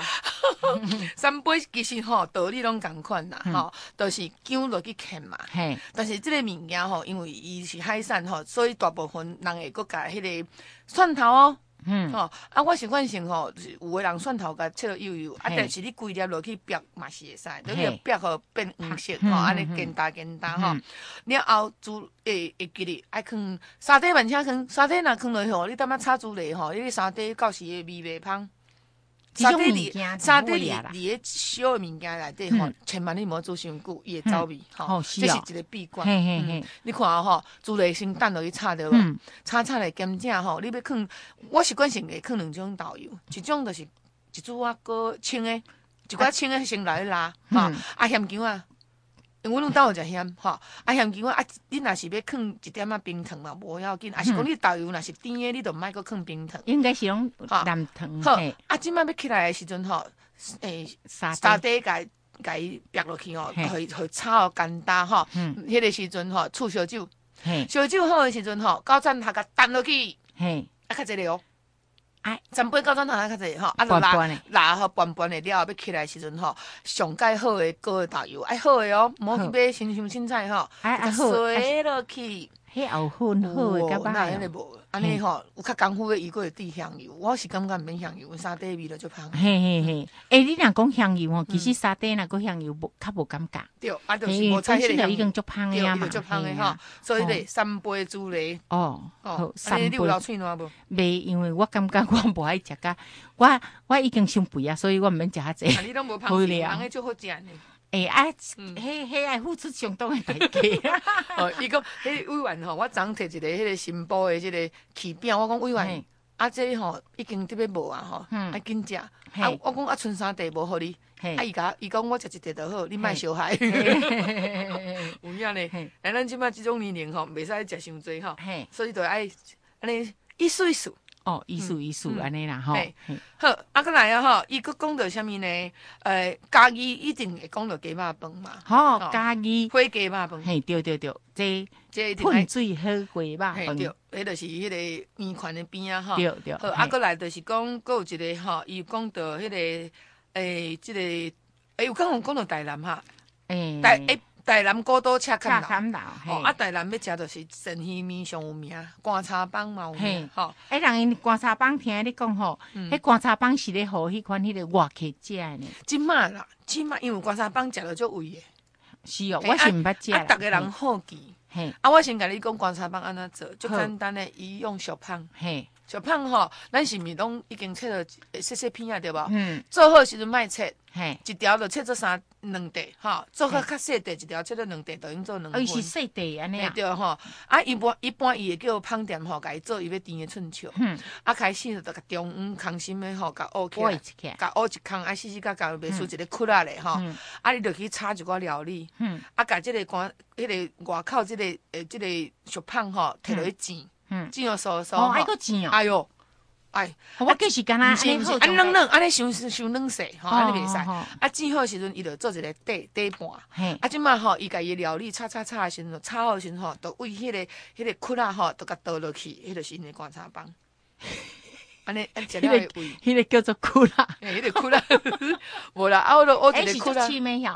3杯其实吼道理拢共款啦，吼，都是姜落去啃嘛。但是即个物件吼，因为伊是海产吼，所以大部分人会搁加迄个蒜头哦。我习惯性吼，有的人蒜头甲切到幼幼，但是你规粒落去煸嘛是会使，你个煸互变黄色吼，安尼煎打吼。了后煮会记哩，爱放沙底慢请放，沙底若放落去吼，你淡仔炒煮咧吼，迄个沙底到时会味袂芳。沙底伫个小的物件内底吼，千万你莫煮伤久，伊会走味吼。这是一个闭关。你看吼，煮咧先等落去炒着无？炒咧咸正吼，你要放，我习惯性会放2种豆油，一种就是一煮个清的，一寡清的先来拉吼。咸姜啊，因为阮兜有食咸吼。咸姜啊，你若是要放一点仔冰糖嘛，无要紧。啊是讲你豆油若是甜的，你就莫搁放冰糖。 应该是拢蓝糖。 好，即摆要起来的时阵吼，沙底甲伊煸落去吼，互炒干焦吼。迄个时阵吼，醋烧酒，烧酒好的时阵吼，高赞头甲淡落去，较济了哦。3杯高赞头较济吼，拉好拌拌的了后，要起来的时阵吼，上介好的高的豆油，爱好的哦，莫去买新香凊彩吼，水落去。 迄后粉好诶，甲歹个无，安尼吼有较功夫诶，伊佫会滴香油。我是感觉毋免香油，沙底味就足香。 你若讲香油吼，其实沙底若讲香油较无感觉。 对，就是无采迄个香油， 已经足香诶啊嘛， 足香诶吼。所以咧，3杯煮咧。 好 ，3杯。你有流喙烂无？ 袂，因为我感觉我无爱食甲，我已经伤肥啊，所以我毋免食遐济。 你拢无芳味，人诶足好食呢。 迄爱付出相当的代价。 伊讲，迄委员吼，我昨摕一个迄个新埔的即个起饼，我讲委员，这吼已经特别无啊吼，爱紧食。我讲剩3块无互你，伊讲我食1块就好，你莫伤害。有影呢，咱即摆即种年龄吼，袂使食伤济吼，所以就爱安尼意思意思。 意思安尼啦吼。 好，搁来啊吼，伊搁讲到啥物呢？家己一定会讲到鸡肉饭嘛。 家己火鸡肉饭。 对，这喷水好鸡肉饭。 对，迄就是迄个圆圈的边啊吼。 对。 好，搁来就是讲，搁有一个吼，伊有讲到迄个即个有讲到台南哈。台南古都赤坎楼，台南要食就是神鱼面上有名，棺柴帮嘛有名，吼。 人因棺柴帮听你讲吼，迄棺柴帮是咧互迄款迄个外客食呢。 即摆啦，因为棺柴帮食了足味诶。 是哦，我是毋捌食。 逐个人好奇。我先甲你讲棺柴帮安怎做，足简单诶，伊用小胖。小胖吼，咱是毋是拢已经切了细片啊，对无？做好时阵莫切，一条就切做2块，吼，做好较细块，一条切做2块，就用做2份。 是细块安尼啊？ 对吼，一般伊会叫胖店吼，甲伊做伊要甜的寸球。开始就甲中央空心的吼，甲乌起来，甲乌一空，细甲袂输一个窟仔咧吼。你就去炒一寡料理，甲即个迄个外口即个小胖吼，摕落去煎。煎了酥酥， 爱个煎哦！ 哎哟， 我计是干那安尼好， 冷，安尼伤冷势，吼，安尼袂使。煎好时阵，伊就做一个底盘。即摆吼，伊家己料理炒的时阵，炒好时阵吼，就为迄个窟仔吼，就甲倒落去，迄就是因的棺材帮。安尼食了会味。 迄个叫做窟仔， 迄个窟仔，无啦，我一个窟仔。 是气咩呀？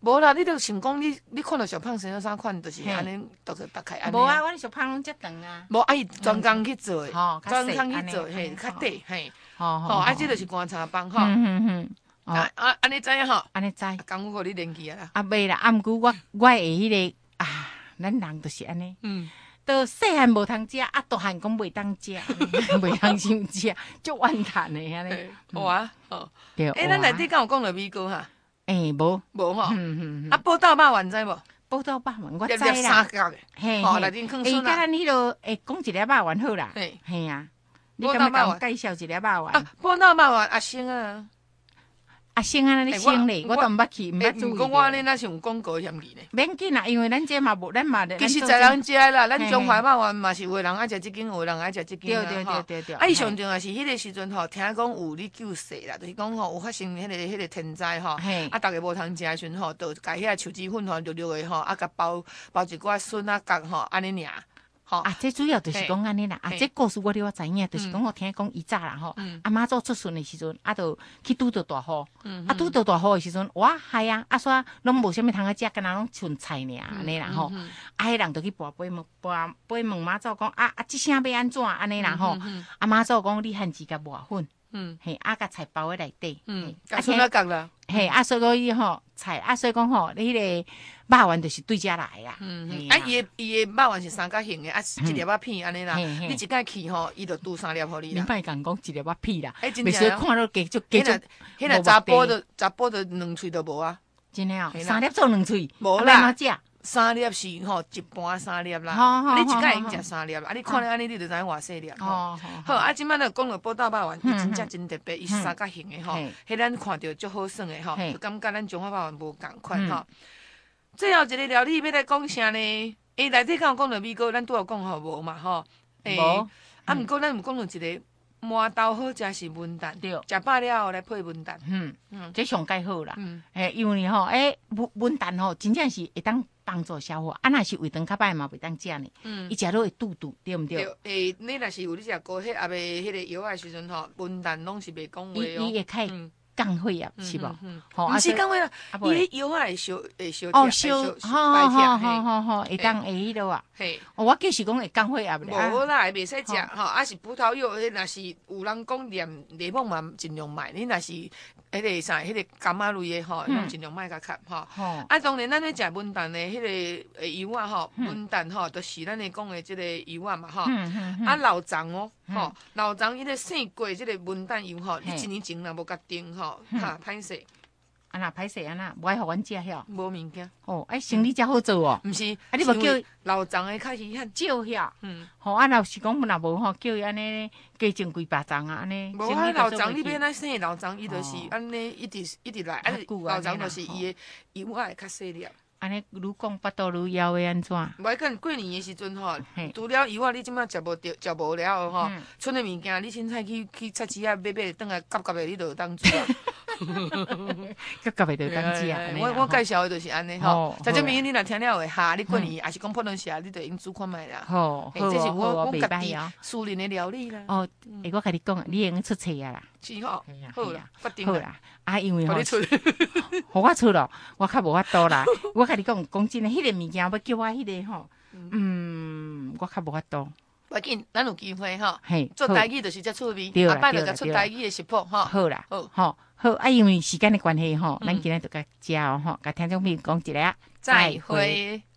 无啦，你著想讲你看到小胖生啥款，就是安尼，就是大概安尼。 无啊，阮小胖拢遮长啊。 无啊，伊专工去做的，专工去做， 嘿， 较短，嘿。 吼， 啊，这就是观察帮吼。安尼知影吼？ 安尼知。 讲我互你连去啊啦。 啊，袂啦，啊，毋过我会迄个啊，咱人就是安尼。都细汉无通食，啊，大汉讲袂当食，袂当伤食，足怨叹的安尼。 有啊，吼。 对。 咱内底敢有讲到米糕哈？ 无。 无吼。啊，宝岛肉丸知无？ 宝岛肉丸我知啦。三角的。 嘿。 吼，内底放笋啊。 甲咱迄落讲一粒肉丸好啦。嘿啊。你敢要甲我介绍一粒肉丸？ 啊，宝岛肉丸阿星啊。 啊，先安尼先咧，我都毋捌去，毋捌注意。 讲我安尼那是有广告嫌疑咧。 免紧啦，因为咱这嘛无，咱嘛。 其实在人食啦，咱中华肉丸嘛是有的人爱食即间，有的人爱食即间啦。对。 啊，伊上重要是迄个时阵吼，听讲有咧救世啦，就是讲吼有发生迄个天灾吼，啊，逐个无通食的时阵吼，就甲迄个树枝粉吼绿绿的吼，啊，甲包一寡笋啊角吼，安尼尔。 啊，这主要就是讲安尼啦。啊，这故事我了知影，就是讲我听讲以早啦吼，阿妈做出巡的时阵，啊，就去拄到大雨，啊，拄到大雨的时阵，哇，嗨啊，啊，煞拢无啥物通啊食，干那拢剩菜尔安尼啦吼。啊，迄人就去跋杯问妈祖讲啊，即声要安怎安尼啦吼。啊，妈祖讲你限时甲磨粉。嘿，啊，甲菜包喺内底， 啊，笋啊角啦， 嘿，啊，所以讲伊吼菜，啊，所以讲吼，你迄个肉丸就是对遮来啦， 啊，伊的肉丸是三角形的，啊，一粒仔片安尼啦，你一摆去吼，伊就拄三粒互你啦。 你莫讲一粒仔片啦， 袂使看到加足。 迄个查甫就两喙都无啊， 真诶哦，三粒做两喙， 无啦。 食三粒是吼一般三粒啦，你一摆已经食三粒啦，啊，你看了安尼你就知影偌细粒吼。好，啊，即摆咧讲到宝岛肉丸，伊真正真特别，伊是三角形的吼，迄咱看着足好耍的吼，就感觉咱中华肉丸无共款吼。最后一个料理要来讲啥呢？内底敢有讲到米糕，咱拄有讲吼无嘛吼。 无。 啊，毋过咱有讲到一个麻豆好食是文旦，食饱了后来配文旦。 这上介好啦。因为吼，文旦吼，真正是会当帮助消化。啊，若是胃肠较歹嘛，袂当食呢。伊食落会肚肚，对毋对？ 对。你若是有你食高血压的迄个药的时阵吼，文旦拢是袂讲话哦。 伊会开降血压是无？ 毋是降血压，伊迄药会烧好，会当会迄落啊。我就是讲会降血压咧。 无啦，袂使食吼，啊是葡萄药，若是有人讲念柠檬嘛，尽量卖。你若是迄个啥，迄个柑仔类的吼，拢尽量卖甲较吼。啊，当然咱咧食文旦的迄个油啊吼，文旦吼，就是咱咧讲的即个油啊嘛吼。啊，老张哦，吼，老张伊咧生过即个文旦油吼，你一年前若无甲订吼，哈，歹势。 啊那歹势啊那，无爱互阮食遐。 无物件。 生理才好做哦。 毋是， 啊你无叫老张的开始遐少遐。啊若是讲若无吼，叫伊安尼加种几百张啊安尼。 无啊，老张你要安生老张，伊就是安尼一直来，啊老张就是伊的油会较细粒。 安尼愈讲巴肚愈枵的安怎？ 无要紧，过年的时阵吼，除了油啊，你即摆食无了吼，剩的物件你凊彩去菜市啊买，转来夹的你就有当煮啊。 夹的就当煮啊。 我介绍的就是安尼吼，在这边你若听了会哈，你过年也是讲普通时啊，你就用煮看卖啦。 好， 这是我家己私人的料理啦。 我甲你讲，你用出册啊啦。 是吼，好啦， 好啦，啊，因为吼， 互我出咯，我较无法度啦。我甲你讲真诶，迄个物件要叫我迄个吼，我较无法度。 要紧，咱有机会吼， 嘿， 做台语就是遮趣味，下摆就甲出台语的食谱吼。 好啦，好，啊，因为时间的关系吼，咱今日就甲遮吼，甲听众朋友讲一下， 再会。